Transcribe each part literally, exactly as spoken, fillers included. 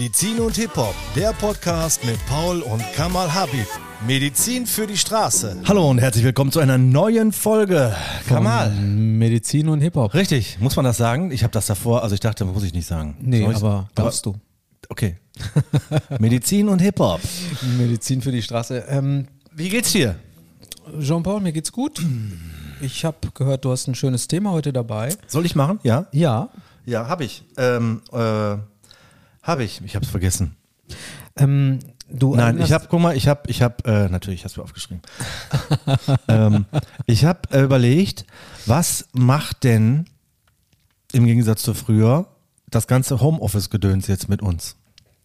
Medizin und Hip-Hop, der Podcast mit Paul und Kamal Habib. Medizin für die Straße. Hallo und herzlich willkommen zu einer neuen Folge. Kamal. Medizin und Hip-Hop. Richtig, muss man das sagen? Ich habe das davor, also ich dachte, muss ich nicht sagen. Nee, aber darfst du. Okay. Medizin und Hip-Hop. Medizin für die Straße. Ähm, Wie geht's dir? Jean-Paul, mir geht's gut. Ich habe gehört, du hast ein schönes Thema heute dabei. Soll ich machen? Ja? Ja. Ja, habe ich. Ähm, äh, habe ich. Ich habe es vergessen. Ähm, du Nein, ich habe, guck mal, ich habe, ich habe, äh, natürlich, hast du aufgeschrieben. ähm, ich habe äh, überlegt, was macht denn im Gegensatz zu früher das ganze Homeoffice-Gedöns jetzt mit uns?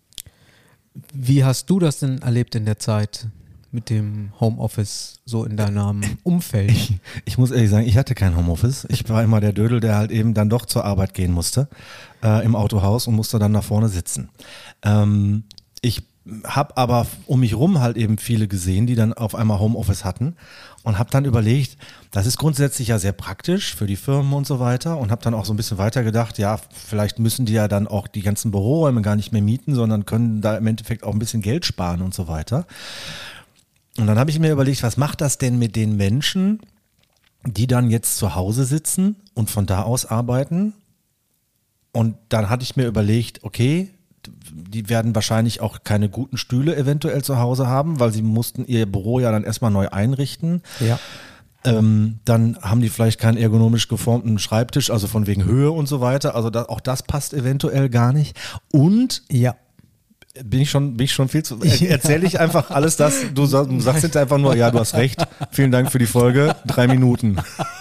Wie hast du das denn erlebt in der Zeit mit dem Homeoffice so in deinem Umfeld? Ich, ich muss ehrlich sagen, ich hatte kein Homeoffice. Ich war immer der Dödel, der halt eben dann doch zur Arbeit gehen musste äh, im Autohaus und musste dann nach vorne sitzen. Ähm, ich habe aber um mich rum halt eben viele gesehen, die dann auf einmal Homeoffice hatten und habe dann überlegt, das ist grundsätzlich ja sehr praktisch für die Firmen und so weiter und habe dann auch so ein bisschen weiter gedacht, ja, vielleicht müssen die ja dann auch die ganzen Büroräume gar nicht mehr mieten, sondern können da im Endeffekt auch ein bisschen Geld sparen und so weiter. Und dann habe ich mir überlegt, was macht das denn mit den Menschen, die dann jetzt zu Hause sitzen und von da aus arbeiten? Und dann hatte ich mir überlegt, okay, die werden wahrscheinlich auch keine guten Stühle eventuell zu Hause haben, weil sie mussten ihr Büro ja dann erstmal neu einrichten. Ja. Ähm, dann haben die vielleicht keinen ergonomisch geformten Schreibtisch, also von wegen Höhe und so weiter. Also da, auch das passt eventuell gar nicht. Und Ja. Bin ich schon, bin ich schon viel zu, erzähle ich einfach alles das, du, sag, du sagst hinterher einfach nur, ja, du hast recht, vielen Dank für die Folge, drei Minuten.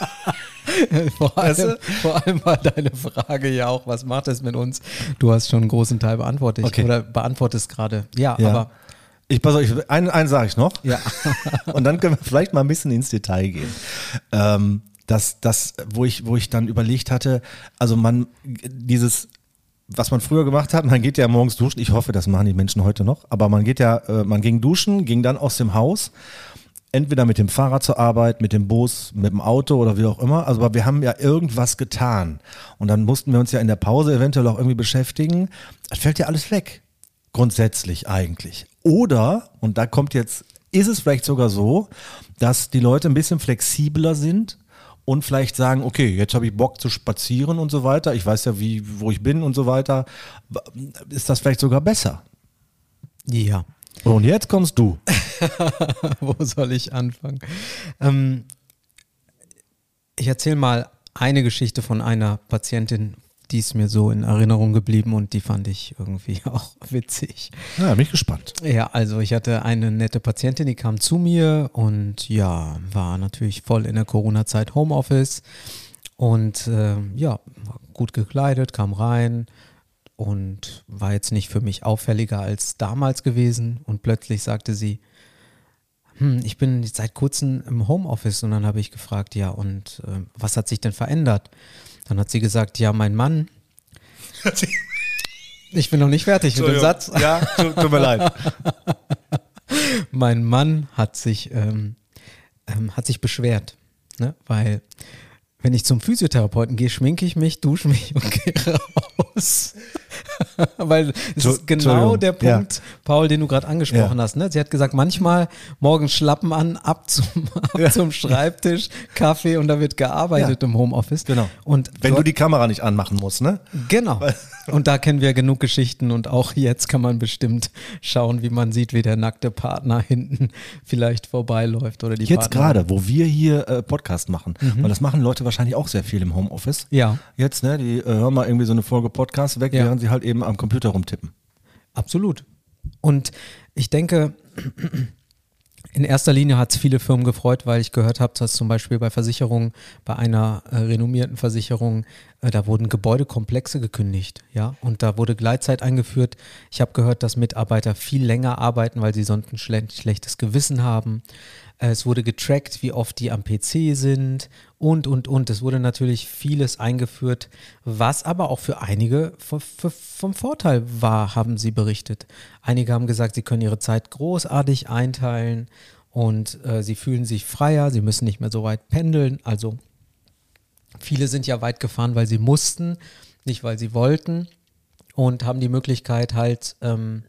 Vor allem, vor allem war deine Frage ja auch, was macht es mit uns? Du hast schon einen großen Teil beantwortet Okay. oder beantwortest gerade. Ja, Ja. aber Ich, pass auf, ich, einen, einen sage ich noch. ja. Und dann können wir vielleicht mal ein bisschen ins Detail gehen. Ähm, das, das, wo ich, wo ich dann überlegt hatte, also man, dieses, was man früher gemacht hat, man geht ja morgens duschen, ich hoffe, das machen die Menschen heute noch, aber man geht ja, äh, man ging duschen, ging dann aus dem Haus, entweder mit dem Fahrrad zur Arbeit, mit dem Bus, mit dem Auto oder wie auch immer, also aber wir haben ja irgendwas getan und dann mussten wir uns ja in der Pause eventuell auch irgendwie beschäftigen, das fällt ja alles weg, grundsätzlich eigentlich. Oder, und da kommt jetzt, ist es vielleicht sogar so, dass die Leute ein bisschen flexibler sind und vielleicht sagen, okay, jetzt habe ich Bock zu spazieren und so weiter. Ich weiß ja, wie, wo ich bin und so weiter. Ist das vielleicht sogar besser? Ja. Und jetzt kommst du. Wo soll ich anfangen? Ähm, ich erzähle mal eine Geschichte von einer Patientin, die ist mir so in Erinnerung geblieben und die fand ich irgendwie auch witzig. Ja, bin ich gespannt. Ja, also ich hatte eine nette Patientin, die kam zu mir und ja, war natürlich voll in der Corona-Zeit Homeoffice und äh, ja, war gut gekleidet, kam rein und war jetzt nicht für mich auffälliger als damals gewesen und plötzlich sagte sie, hm, ich bin seit kurzem im Homeoffice und dann habe ich gefragt, ja und äh, was hat sich denn verändert? Dann hat sie gesagt, ja, mein Mann, ich bin noch nicht fertig mit dem Satz. Ja, tut, tut mir leid. Mein Mann hat sich, ähm, ähm, hat sich beschwert, ne? Weil wenn ich zum Physiotherapeuten gehe, schminke ich mich, dusche mich und gehe raus. Weil es ist genau der Punkt, ja. Paul, den du gerade angesprochen ja. hast. Ne? Sie hat gesagt, manchmal morgens Schlappen an, ab zum, ab ja. zum Schreibtisch, Kaffee und da wird gearbeitet ja. im Homeoffice. Genau. Und wenn du die Kamera nicht anmachen musst, ne? Genau. Und da kennen wir genug Geschichten und auch jetzt kann man bestimmt schauen, wie man sieht, wie der nackte Partner hinten vielleicht vorbeiläuft oder die Jetzt gerade, wo wir hier äh, Podcast machen, mhm. weil das machen Leute wahrscheinlich auch sehr viel im Homeoffice. Ja. Jetzt, ne, die äh, hören mal irgendwie so eine Folge Podcast weg, ja. während sie halt eben am Computer rumtippen. Absolut. Und ich denke, in erster Linie hat es viele Firmen gefreut, weil ich gehört habe, dass zum Beispiel bei Versicherungen, bei einer äh, renommierten Versicherung, äh, da wurden Gebäudekomplexe gekündigt, ja, und da wurde Gleitzeit eingeführt. Ich habe gehört, dass Mitarbeiter viel länger arbeiten, weil sie sonst ein schle- schlechtes Gewissen haben. Äh, es wurde getrackt, wie oft die am P C sind und, und, und. Es wurde natürlich vieles eingeführt, was aber auch für einige v- v- vom Vorteil war, haben sie berichtet. Einige haben gesagt, sie können ihre Zeit großartig einteilen und äh, sie fühlen sich freier, sie müssen nicht mehr so weit pendeln. Also viele sind ja weit gefahren, weil sie mussten, nicht weil sie wollten. und haben die Möglichkeit halt, ähm,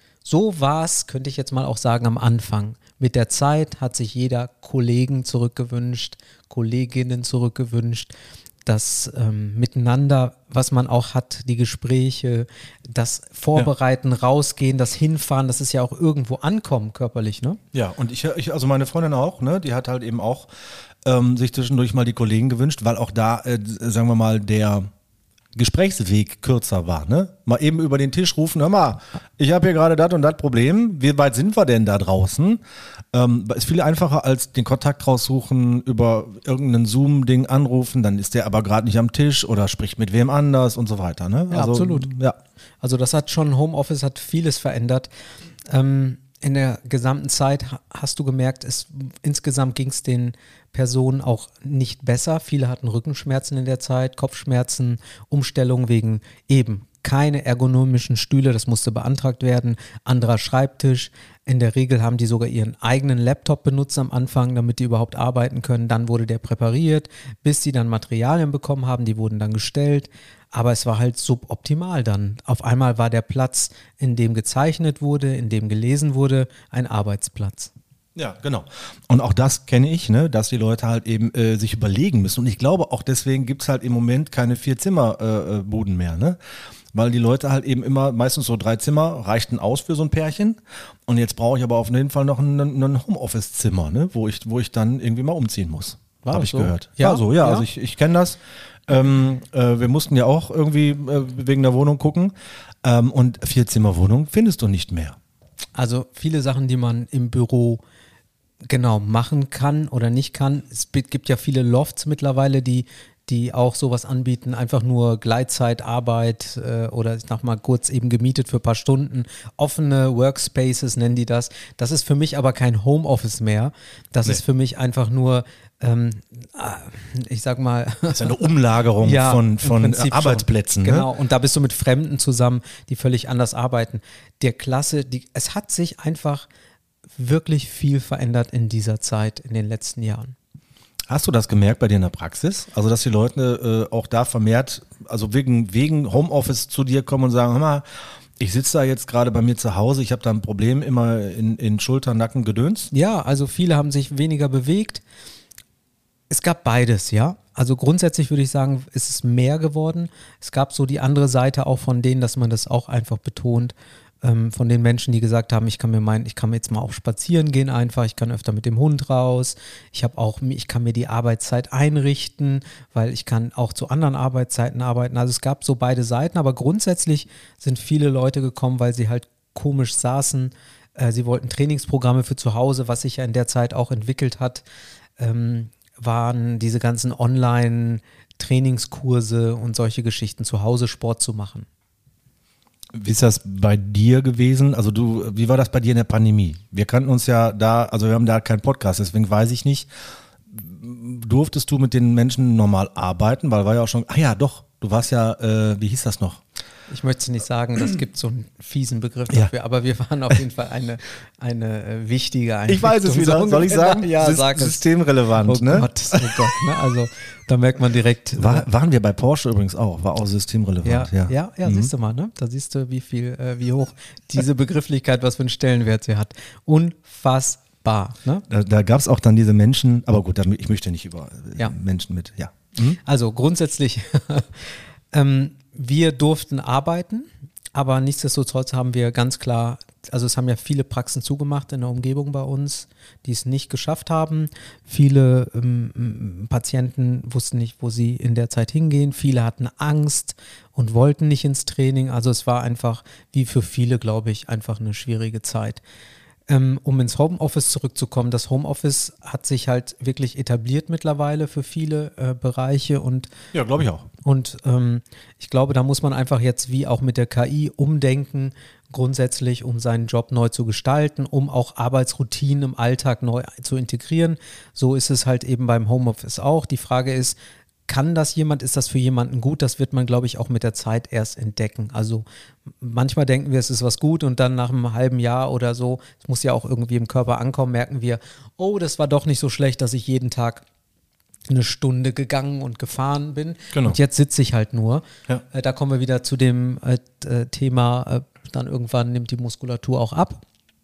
so war es, könnte ich jetzt mal auch sagen, am Anfang. Mit der Zeit hat sich jeder Kollegen zurückgewünscht, Kolleginnen zurückgewünscht, das ähm, Miteinander, was man auch hat, die Gespräche, das Vorbereiten, ja. Rausgehen, das Hinfahren, das ist ja auch irgendwo ankommen körperlich, ne? Ja, und ich, ich also meine Freundin auch, ne, die hat halt eben auch ähm, sich zwischendurch mal die Kollegen gewünscht, weil auch da, äh, sagen wir mal, der Gesprächsweg kürzer war, ne? Mal eben über den Tisch rufen, hör mal, ich habe hier gerade das und das Problem, wie weit sind wir denn da draußen? Ähm, ist viel einfacher als den Kontakt raussuchen, über irgendein Zoom-Ding anrufen, dann ist der aber gerade nicht am Tisch oder spricht mit wem anders und so weiter, ne? Ja, also, absolut. Ja. Also das hat schon, Homeoffice hat vieles verändert. Ähm, in der gesamten Zeit hast du gemerkt, es, insgesamt ging es den Personen auch nicht besser. Viele hatten Rückenschmerzen in der Zeit, Kopfschmerzen, Umstellung wegen eben keine ergonomischen Stühle, das musste beantragt werden, anderer Schreibtisch. In der Regel haben die sogar ihren eigenen Laptop benutzt am Anfang, damit die überhaupt arbeiten können. Dann wurde der präpariert, bis sie dann Materialien bekommen haben, die wurden dann gestellt. Aber es war halt suboptimal dann. Auf einmal war der Platz, in dem gezeichnet wurde, in dem gelesen wurde, ein Arbeitsplatz. Ja, genau. Und auch das kenne ich, ne, dass die Leute halt eben äh, sich überlegen müssen. Und ich glaube, auch deswegen gibt es halt im Moment keine Vier-Zimmer-Buden äh, mehr, ne? Weil die Leute halt eben immer, meistens so drei Zimmer reichten aus für so ein Pärchen. Und jetzt brauche ich aber auf jeden Fall noch ein, ein Homeoffice-Zimmer, ne, wo ich, wo ich dann irgendwie mal umziehen muss. Habe ich so? gehört. Ja, ja so, ja, ja. Also ich, ich kenne das. Ähm, äh, wir mussten ja auch irgendwie äh, wegen der Wohnung gucken. Ähm, und Vier-Zimmer-Wohnung findest du nicht mehr. Also viele Sachen, die man im Büro genau machen kann oder nicht kann. Es gibt ja viele Lofts mittlerweile, die, die auch sowas anbieten, einfach nur Gleitzeitarbeit äh, oder ich sag mal kurz eben gemietet für ein paar Stunden. Offene Workspaces nennen die das. Das ist für mich aber kein Homeoffice mehr. Das nee. ist für mich einfach nur ähm, ich sag mal. Das ist eine Umlagerung ja, von, von Arbeitsplätzen. Ne? Genau, ne? und da bist du mit Fremden zusammen, die völlig anders arbeiten. Der Klasse, die, es hat sich einfach wirklich viel verändert in dieser Zeit, in den letzten Jahren. Hast du das gemerkt bei dir in der Praxis? Also, dass die Leute äh, auch da vermehrt, also wegen, wegen Homeoffice zu dir kommen und sagen, hör mal, ich sitze da jetzt gerade bei mir zu Hause, ich habe da ein Problem immer in, in Schulter, Nacken, Gedöns? Ja, also viele haben sich weniger bewegt. Es gab beides, ja. Also grundsätzlich würde ich sagen, ist es mehr geworden. Es gab so die andere Seite auch von denen, dass man das auch einfach betont, ähm, von den Menschen, die gesagt haben, ich kann mir meinen, ich kann jetzt mal auch spazieren gehen einfach, ich kann öfter mit dem Hund raus, ich habe auch, ich kann mir die Arbeitszeit einrichten, weil ich kann auch zu anderen Arbeitszeiten arbeiten. Also es gab so beide Seiten, aber grundsätzlich sind viele Leute gekommen, weil sie halt komisch saßen. Äh, sie wollten Trainingsprogramme für zu Hause, was sich ja in der Zeit auch entwickelt hat. Ähm, waren diese ganzen Online-Trainingskurse und solche Geschichten, zu Hause Sport zu machen. Wie ist das bei dir gewesen? Also du, wie war das bei dir in der Pandemie? Wir kannten uns ja da, also wir haben da keinen Podcast, deswegen weiß ich nicht, durftest du mit den Menschen normal arbeiten? Weil war ja auch schon, ah ja doch, du warst ja, äh, wie hieß das noch? Ich möchte nicht sagen, das gibt so einen fiesen Begriff dafür, ja. Aber wir waren auf jeden Fall eine, eine äh, wichtige Einrichtung. Ich weiß es wieder, soll ich sagen? Ja, sag systemrelevant. Oh ne? Gott, oh Gott, ne? Also da merkt man direkt. War, waren wir bei Porsche übrigens auch, war auch systemrelevant. Ja, ja, ja, ja mhm. Siehst du mal, ne? Da siehst du, wie viel, äh, wie hoch diese Begrifflichkeit, was für einen Stellenwert sie hat. Unfassbar. Ne? Da, da gab es auch dann diese Menschen, aber gut, ich möchte nicht über äh, ja. Menschen mit, ja. Mhm. Also grundsätzlich, ähm, wir durften arbeiten, aber nichtsdestotrotz haben wir ganz klar, also es haben ja viele Praxen zugemacht in der Umgebung bei uns, die es nicht geschafft haben. Viele ähm, Patienten wussten nicht, wo sie in der Zeit hingehen. Viele hatten Angst und wollten nicht ins Training. Also es war einfach, wie für viele, glaube ich, einfach eine schwierige Zeit. Ähm, um ins Homeoffice zurückzukommen, das Homeoffice hat sich halt wirklich etabliert mittlerweile für viele äh, Bereiche und ja, glaube ich auch. Und ähm, ich glaube, da muss man einfach jetzt wie auch mit der K I umdenken, grundsätzlich, um seinen Job neu zu gestalten, um auch Arbeitsroutinen im Alltag neu zu integrieren. So ist es halt eben beim Homeoffice auch. Die Frage ist, kann das jemand, ist das für jemanden gut? Das wird man, glaube ich, auch mit der Zeit erst entdecken. Also manchmal denken wir, es ist was gut und dann nach einem halben Jahr oder so, es muss ja auch irgendwie im Körper ankommen, merken wir, oh, das war doch nicht so schlecht, dass ich jeden Tag eine Stunde gegangen und gefahren bin. Genau. Und jetzt sitze ich halt nur. Ja. Äh, da kommen wir wieder zu dem äh, Thema, äh, dann irgendwann nimmt die Muskulatur auch ab.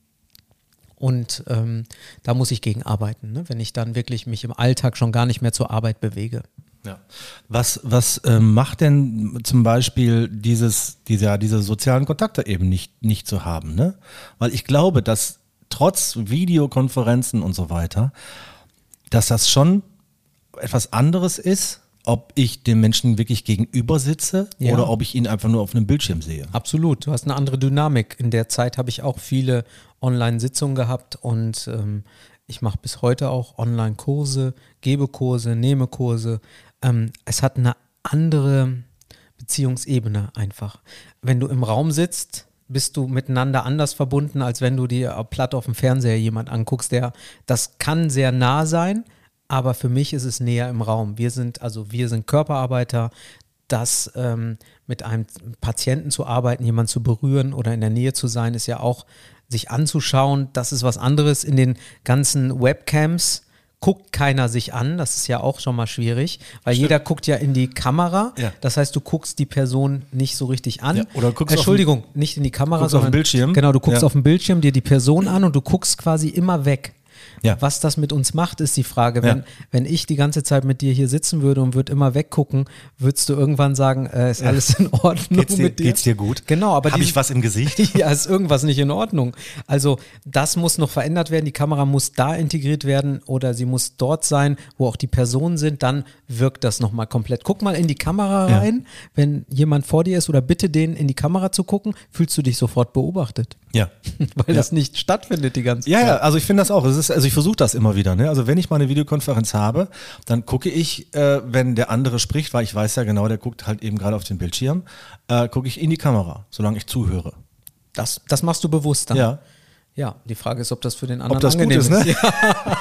Und ähm, da muss ich gegen arbeiten, ne? Wenn ich dann wirklich mich im Alltag schon gar nicht mehr zur Arbeit bewege. Ja. Was, was ähm, macht denn zum Beispiel dieses, diese, diese sozialen Kontakte eben nicht, nicht zu haben? Ne? Weil ich glaube, dass trotz Videokonferenzen und so weiter, dass das schon etwas anderes ist, ob ich dem Menschen wirklich gegenüber sitze Ja. oder ob ich ihn einfach nur auf einem Bildschirm sehe. Absolut, du hast eine andere Dynamik. In der Zeit habe ich auch viele Online-Sitzungen gehabt und ähm, ich mache bis heute auch Online-Kurse, gebe Kurse, nehme Kurse. Ähm, es hat eine andere Beziehungsebene einfach. Wenn du im Raum sitzt, bist du miteinander anders verbunden, als wenn du dir platt auf dem Fernseher jemand anguckst, der, das kann sehr nah sein, aber für mich ist es näher im Raum. Wir sind, also wir sind Körperarbeiter, das ähm, mit einem Patienten zu arbeiten, jemanden zu berühren oder in der Nähe zu sein, ist ja auch sich anzuschauen, das ist was anderes. In den ganzen Webcams guckt keiner sich an, das ist ja auch schon mal schwierig, weil Stimmt. jeder guckt ja in die Kamera, Ja. das heißt, du guckst die Person nicht so richtig an. Ja, oder guckst Entschuldigung, nicht in die Kamera, guckst auf sondern den Bildschirm. Genau, du guckst Ja. auf den Bildschirm dir die Person an und du guckst quasi immer weg. Ja. Was das mit uns macht, ist die Frage. Wenn, Ja. wenn ich die ganze Zeit mit dir hier sitzen würde und würde immer weggucken, würdest du irgendwann sagen, äh, ist alles in Ordnung Geht's dir, mit dir? geht's dir gut? Genau, aber Habe diese- ich was im Gesicht? ja, ist irgendwas nicht in Ordnung. Also das muss noch verändert werden. Die Kamera muss da integriert werden oder sie muss dort sein, wo auch die Personen sind. Dann wirkt das nochmal komplett. Guck mal in die Kamera Ja. rein, wenn jemand vor dir ist oder bitte den in die Kamera zu gucken, fühlst du dich sofort beobachtet, Ja. weil Ja. das nicht stattfindet die ganze Ja, Zeit. ja, also ich finde das auch. Es ist, also ich versuche das immer wieder. Ne? Also wenn ich mal eine Videokonferenz habe, dann gucke ich, äh, wenn der andere spricht, weil ich weiß ja genau, der guckt halt eben gerade auf den Bildschirm, äh, gucke ich in die Kamera, solange ich zuhöre. Das, das machst du bewusst dann. Ja. Ja, die Frage ist, ob das für den anderen Ob das gut angenehm ist, ne? Ja,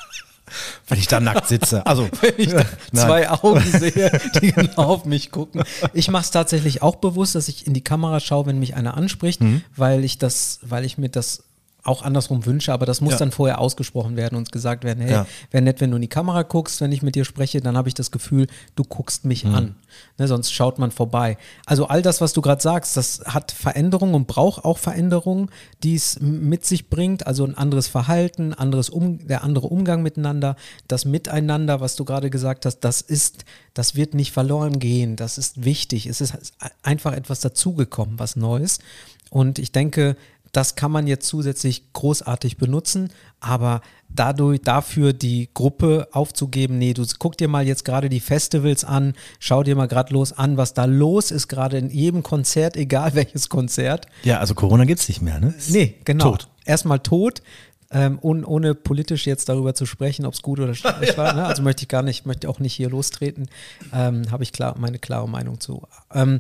Wenn ich da nackt sitze. Also, wenn ich da Nein. zwei Augen sehe, die genau auf mich gucken. Ich mache es tatsächlich auch bewusst, dass ich in die Kamera schaue, wenn mich einer anspricht, Mhm. weil ich das, weil ich mir das auch andersrum wünsche, aber das muss Ja. dann vorher ausgesprochen werden und gesagt werden, hey, Ja. wäre nett, wenn du in die Kamera guckst, wenn ich mit dir spreche, dann habe ich das Gefühl, du guckst mich Mhm. an. Ne, sonst schaut man vorbei. Also all das, was du gerade sagst, das hat Veränderungen und braucht auch Veränderungen, die es m- mit sich bringt, also ein anderes Verhalten, anderes um, der andere Umgang miteinander, das Miteinander, was du gerade gesagt hast, das ist, das wird nicht verloren gehen, das ist wichtig, es ist einfach etwas dazugekommen, was Neues und ich denke, das kann man jetzt zusätzlich großartig benutzen, aber dadurch, dafür die Gruppe aufzugeben, nee, du guck dir mal jetzt gerade die Festivals an, schau dir mal gerade los an, was da los ist, gerade in jedem Konzert, egal welches Konzert. ja, also Corona gibt's nicht mehr, ne? Nee, genau. Tot. Erstmal tot, ähm, un, ohne politisch jetzt darüber zu sprechen, ob es gut oder schlecht war. Ne? Also möchte ich gar nicht, möchte auch nicht hier lostreten, ähm, habe ich klar, meine klare Meinung zu. Ähm,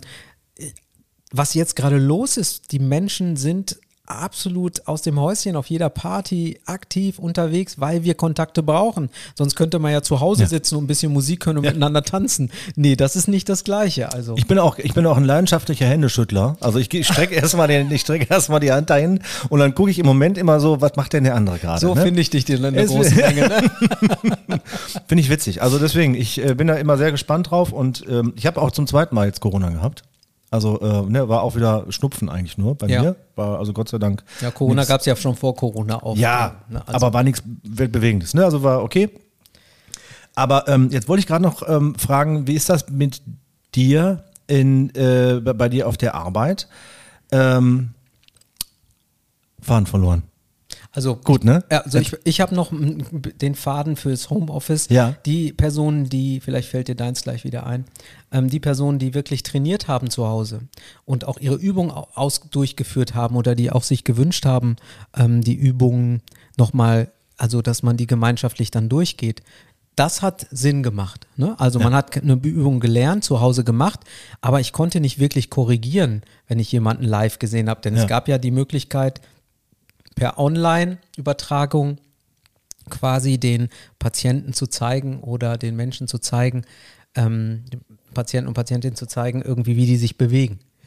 was jetzt gerade los ist, die Menschen sind absolut aus dem Häuschen auf jeder Party aktiv unterwegs, weil wir Kontakte brauchen. Sonst könnte man ja zu Hause Ja. sitzen und ein bisschen Musik hören und miteinander tanzen. Nee, das ist nicht das Gleiche. Also Ich bin auch, ich bin auch ein leidenschaftlicher Händeschüttler. Also ich, ich strecke erstmal den, ich strecke erstmal die Hand dahin und dann gucke ich im Moment immer so, was macht denn der andere gerade? so ne? finde ich dich in der Es- großen Menge. Ne? Finde ich witzig. Also deswegen, ich äh, bin da immer sehr gespannt drauf und ähm, ich habe auch zum zweiten Mal jetzt Corona gehabt. Also äh, ne, war auch wieder Schnupfen eigentlich nur bei Ja. mir. War also Gott sei Dank. Ja, Corona nix- gab es ja schon vor Corona auch. Ja, Ne? Also, aber war nichts Weltbewegendes. Ne? Also war okay. Aber ähm, jetzt wollte ich gerade noch ähm, fragen, wie ist das mit dir in, äh, bei, bei dir auf der Arbeit? Ähm, Faden verloren. Also Gut, ne? Ja, also ich, ich habe noch mm, den Faden fürs Homeoffice. Ja. Die Personen, die, vielleicht fällt dir deins gleich wieder ein, ähm, die Personen, die wirklich trainiert haben zu Hause und auch ihre Übungen au- aus durchgeführt haben oder die auch sich gewünscht haben, ähm, die Übungen nochmal, also dass man die gemeinschaftlich dann durchgeht. Das hat Sinn gemacht. Ne? Also man hat eine Übung gelernt, zu Hause gemacht, aber ich konnte nicht wirklich korrigieren, wenn ich jemanden live gesehen habe. Denn Ja. es gab ja die Möglichkeit, per Online-Übertragung quasi den Patienten zu zeigen oder den Menschen zu zeigen, ähm, den Patienten und Patientinnen zu zeigen, irgendwie, wie die sich bewegen.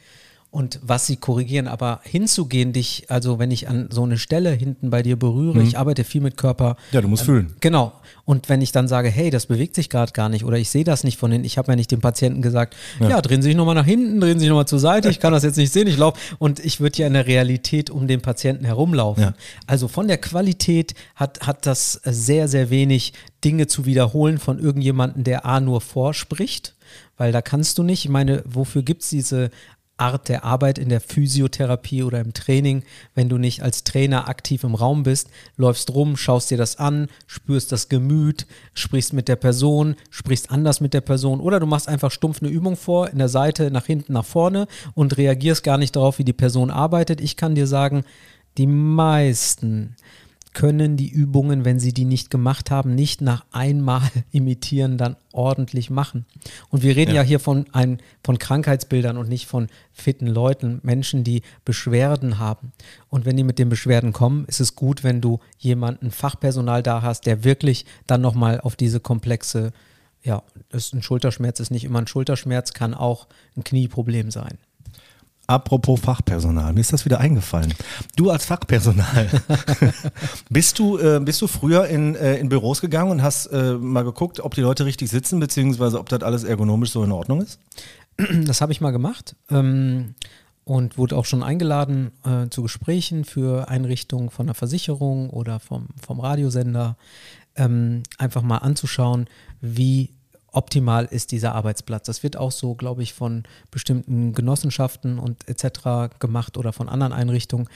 und was sie korrigieren, aber hinzugehen, dich, also wenn ich an so eine Stelle hinten bei dir berühre, mhm. ich arbeite viel mit Körper. Ja, du musst ähm, fühlen. Genau. Und wenn ich dann sage, hey, das bewegt sich gerade gar nicht oder ich sehe das nicht von hinten, ich habe ja nicht dem Patienten gesagt, ja, ja drehen Sie sich nochmal nach hinten, drehen Sie sich nochmal zur Seite, ich kann das jetzt nicht sehen, ich laufe und ich würde ja in der Realität um den Patienten herumlaufen. Ja. Also von der Qualität hat, hat das sehr, sehr wenig Dinge zu wiederholen von irgendjemandem, der A nur vorspricht, weil da kannst du nicht, ich meine, wofür gibt es diese Art der Arbeit in der Physiotherapie oder im Training, wenn du nicht als Trainer aktiv im Raum bist, läufst rum, schaust dir das an, spürst das Gemüt, sprichst mit der Person, sprichst anders mit der Person oder du machst einfach stumpf eine Übung vor, in der Seite, nach hinten, nach vorne und reagierst gar nicht darauf, wie die Person arbeitet. Ich kann dir sagen, die meisten können die Übungen, wenn sie die nicht gemacht haben, nicht nach einmal imitieren, dann ordentlich machen. Und wir reden ja, ja hier von, ein, von Krankheitsbildern und nicht von fitten Leuten, Menschen, die Beschwerden haben. Und wenn die mit den Beschwerden kommen, ist es gut, wenn du jemanden, Fachpersonal da hast, der wirklich dann nochmal auf diese komplexe, ja, ist ein Schulterschmerz, ist nicht immer ein Schulterschmerz, kann auch ein Knieproblem sein. Apropos Fachpersonal, mir ist das wieder eingefallen. Du als Fachpersonal, bist du äh, bist du früher in, äh, in Büros gegangen und hast äh, mal geguckt, ob die Leute richtig sitzen, beziehungsweise ob das alles ergonomisch so in Ordnung ist? Das habe ich mal gemacht ähm, und wurde auch schon eingeladen äh, zu Gesprächen für Einrichtungen von der Versicherung oder vom, vom Radiosender, ähm, einfach mal anzuschauen, wie optimal ist dieser Arbeitsplatz. Das wird auch so, glaube ich, von bestimmten Genossenschaften und et cetera gemacht oder von anderen Einrichtungen.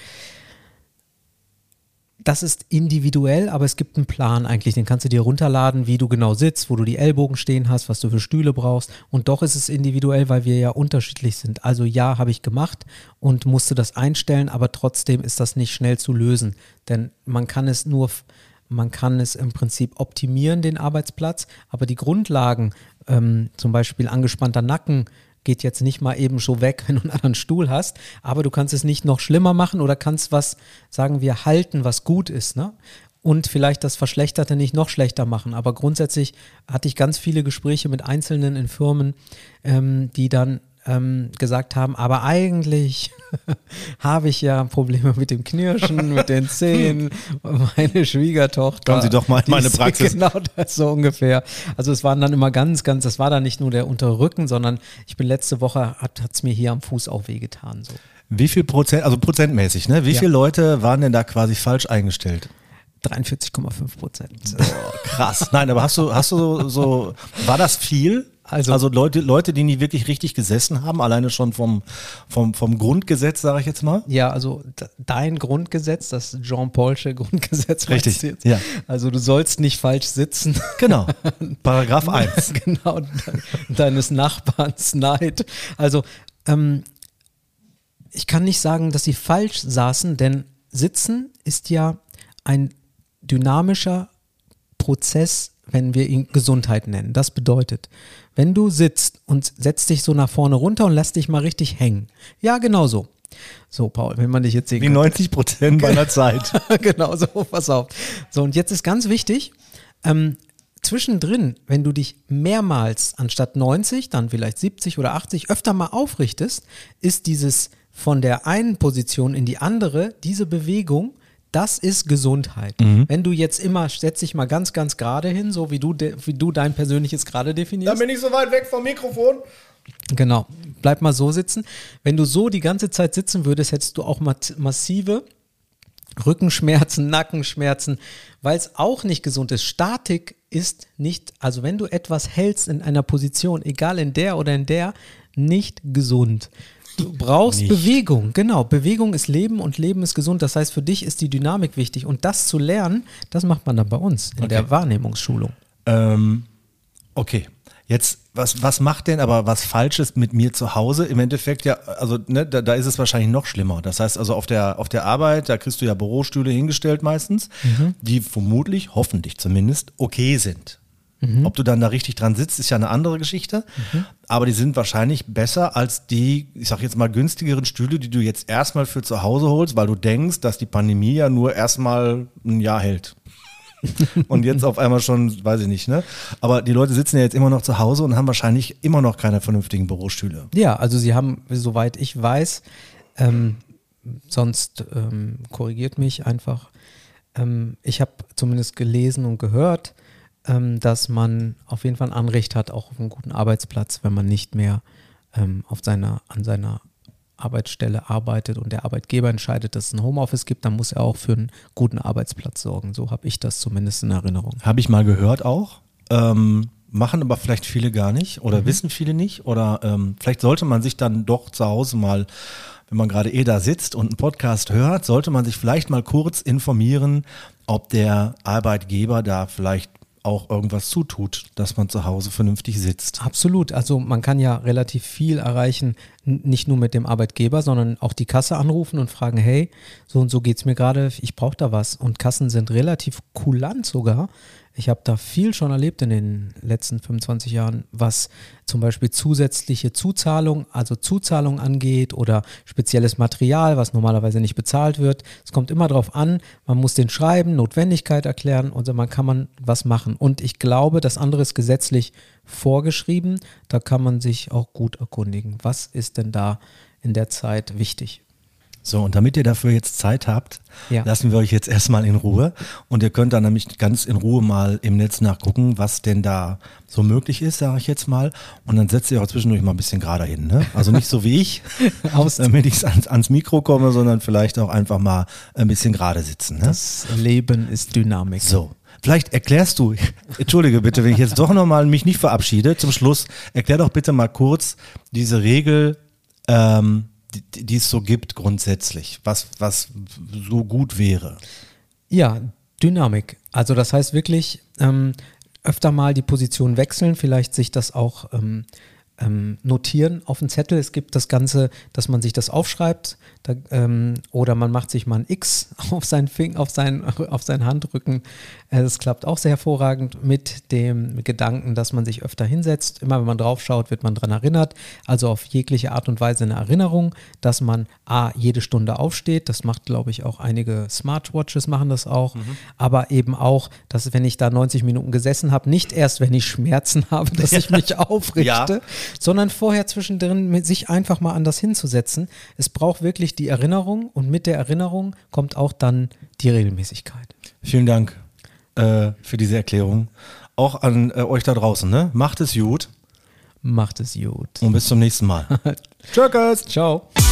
Das ist individuell, aber es gibt einen Plan eigentlich, den kannst du dir runterladen, wie du genau sitzt, wo du die Ellbogen stehen hast, was du für Stühle brauchst und doch ist es individuell, weil wir ja unterschiedlich sind. Also ja, habe ich gemacht und musste das einstellen, aber trotzdem ist das nicht schnell zu lösen, denn man kann es nur Man kann es im Prinzip optimieren, den Arbeitsplatz, aber die Grundlagen, ähm, zum Beispiel angespannter Nacken, geht jetzt nicht mal eben so weg, wenn du einen anderen Stuhl hast, aber du kannst es nicht noch schlimmer machen oder kannst was, sagen wir, halten, was gut ist, ne? Und vielleicht das Verschlechterte nicht noch schlechter machen. Aber grundsätzlich hatte ich ganz viele Gespräche mit Einzelnen in Firmen, ähm, die dann Ähm, gesagt haben, aber eigentlich habe ich ja Probleme mit dem Knirschen, mit den Zähnen. Meine Schwiegertochter. Kommen Sie doch mal in meine Praxis. Genau das so ungefähr. Also es waren dann immer ganz, ganz, das war dann nicht nur der untere Rücken, sondern ich bin letzte Woche, hat es mir hier am Fuß auch wehgetan. So. Wie viel Prozent, also prozentmäßig, ne? Wie ja. viele Leute waren denn da quasi falsch eingestellt? dreiundvierzig Komma fünf Prozent. Boah, krass. Nein, aber hast du, hast du so, so war das viel? Also, also Leute, Leute, die nie wirklich richtig gesessen haben, alleine schon vom, vom, vom Grundgesetz, sage ich jetzt mal? Ja, also dein Grundgesetz, das Jean-Paulsche Grundgesetz. Richtig, jetzt. Ja. Also du sollst nicht falsch sitzen. Genau, Paragraph eins. Genau, deines Nachbarns Neid. Also ähm, ich kann nicht sagen, dass sie falsch saßen, denn Sitzen ist ja ein dynamischer Prozess, wenn wir ihn Gesundheit nennen. Das bedeutet, wenn du sitzt und setzt dich so nach vorne runter und lässt dich mal richtig hängen. Ja, genau so. So, Paul, wenn man dich jetzt sehen kann. Wie neunzig Prozent meiner Zeit. Genau so, pass auf. So, und jetzt ist ganz wichtig, ähm, zwischendrin, wenn du dich mehrmals anstatt neunzig, dann vielleicht siebzig oder achtzig öfter mal aufrichtest, ist dieses von der einen Position in die andere, diese Bewegung, das ist Gesundheit. Mhm. Wenn du jetzt immer, setz dich mal ganz, ganz gerade hin, so wie du, de, wie du dein persönliches gerade definierst. Dann bin ich so weit weg vom Mikrofon. Genau, bleib mal so sitzen. Wenn du so die ganze Zeit sitzen würdest, hättest du auch massive Rückenschmerzen, Nackenschmerzen, weil es auch nicht gesund ist. Statik ist nicht, also wenn du etwas hältst in einer Position, egal in der oder in der, nicht gesund. Du brauchst nicht. Bewegung, genau. Bewegung ist Leben und Leben ist gesund. Das heißt, für dich ist die Dynamik wichtig. Und das zu lernen, das macht man dann bei uns in okay. der Wahrnehmungsschulung. Ähm, okay, jetzt, was, was macht denn aber was Falsches mit mir zu Hause? Im Endeffekt ja, also ne, da, da ist es wahrscheinlich noch schlimmer. Das heißt also auf der, auf der Arbeit, da kriegst du ja Bürostühle hingestellt meistens, mhm. die vermutlich, hoffentlich zumindest, okay sind. Mhm. Ob du dann da richtig dran sitzt, ist ja eine andere Geschichte. Mhm. Aber die sind wahrscheinlich besser als die, ich sag jetzt mal, günstigeren Stühle, die du jetzt erstmal für zu Hause holst, weil du denkst, dass die Pandemie ja nur erstmal ein Jahr hält. und jetzt auf einmal schon, weiß ich nicht, ne? Aber die Leute sitzen ja jetzt immer noch zu Hause und haben wahrscheinlich immer noch keine vernünftigen Bürostühle. Ja, also sie haben, soweit ich weiß, ähm, sonst ähm, korrigiert mich einfach, ähm, ich habe zumindest gelesen und gehört, ähm, dass man auf jeden Fall ein Anrecht hat, auch auf einen guten Arbeitsplatz, wenn man nicht mehr ähm, auf seiner, an seiner Arbeitsstelle arbeitet und der Arbeitgeber entscheidet, dass es ein Homeoffice gibt, dann muss er auch für einen guten Arbeitsplatz sorgen. So habe ich das zumindest in Erinnerung. Habe ich mal gehört auch. Ähm, machen aber vielleicht viele gar nicht oder Mhm. wissen viele nicht. Oder ähm, vielleicht sollte man sich dann doch zu Hause mal, wenn man gerade eh da sitzt und einen Podcast hört, sollte man sich vielleicht mal kurz informieren, ob der Arbeitgeber da vielleicht auch irgendwas zutut, dass man zu Hause vernünftig sitzt. Absolut. Also man kann ja relativ viel erreichen, n- nicht nur mit dem Arbeitgeber, sondern auch die Kasse anrufen und fragen, hey, so und so geht's mir gerade, ich brauche da was. Und Kassen sind relativ kulant sogar. Ich habe da viel schon erlebt in den letzten fünfundzwanzig Jahren, was zum Beispiel zusätzliche Zuzahlung, also Zuzahlung angeht oder spezielles Material, was normalerweise nicht bezahlt wird. Es kommt immer darauf an, man muss den schreiben, Notwendigkeit erklären und so, man kann man was machen. Und ich glaube, das andere ist gesetzlich vorgeschrieben. Da kann man sich auch gut erkundigen. Was ist denn da in der Zeit wichtig? So, und damit ihr dafür jetzt Zeit habt, Ja. lassen wir euch jetzt erstmal in Ruhe. Und ihr könnt dann nämlich ganz in Ruhe mal im Netz nachgucken, was denn da so möglich ist, sage ich jetzt mal. Und dann setzt ihr auch zwischendurch mal ein bisschen gerade hin. Ne? Also nicht so wie ich, Aus damit ich ans, ans Mikro komme, sondern vielleicht auch einfach mal ein bisschen gerade sitzen. Ne? das Leben ist Dynamik. So. Vielleicht erklärst du, entschuldige bitte, wenn ich jetzt doch nochmal mich nicht verabschiede, zum Schluss, erklär doch bitte mal kurz diese Regel, ähm, die, die es so gibt grundsätzlich, was, was so gut wäre. Ja, Dynamik. Also das heißt wirklich ähm, öfter mal die Position wechseln, vielleicht sich das auch ähm, ähm, notieren auf einen Zettel. Es gibt das Ganze, dass man sich das aufschreibt da, ähm, oder man macht sich mal ein X auf seinen Finger, auf seinen, auf seinen Handrücken. Äh, das klappt auch sehr hervorragend mit dem Gedanken, dass man sich öfter hinsetzt. Immer wenn man drauf schaut, wird man daran erinnert. Also auf jegliche Art und Weise eine Erinnerung, dass man A, jede Stunde aufsteht. Das macht, glaube ich, auch einige Smartwatches machen das auch. Mhm. Aber eben auch, dass wenn ich da neunzig Minuten gesessen habe, nicht erst, wenn ich Schmerzen habe, dass ich mich aufrichte, ja. sondern vorher zwischendrin mit sich einfach mal anders hinzusetzen. Es braucht wirklich die Erinnerung und mit der Erinnerung kommt auch dann die Regelmäßigkeit. Vielen Dank äh, für diese Erklärung. Auch an äh, euch da draußen, ne? Macht es gut. Macht es gut. Und bis zum nächsten Mal. Tschüss. Ciao.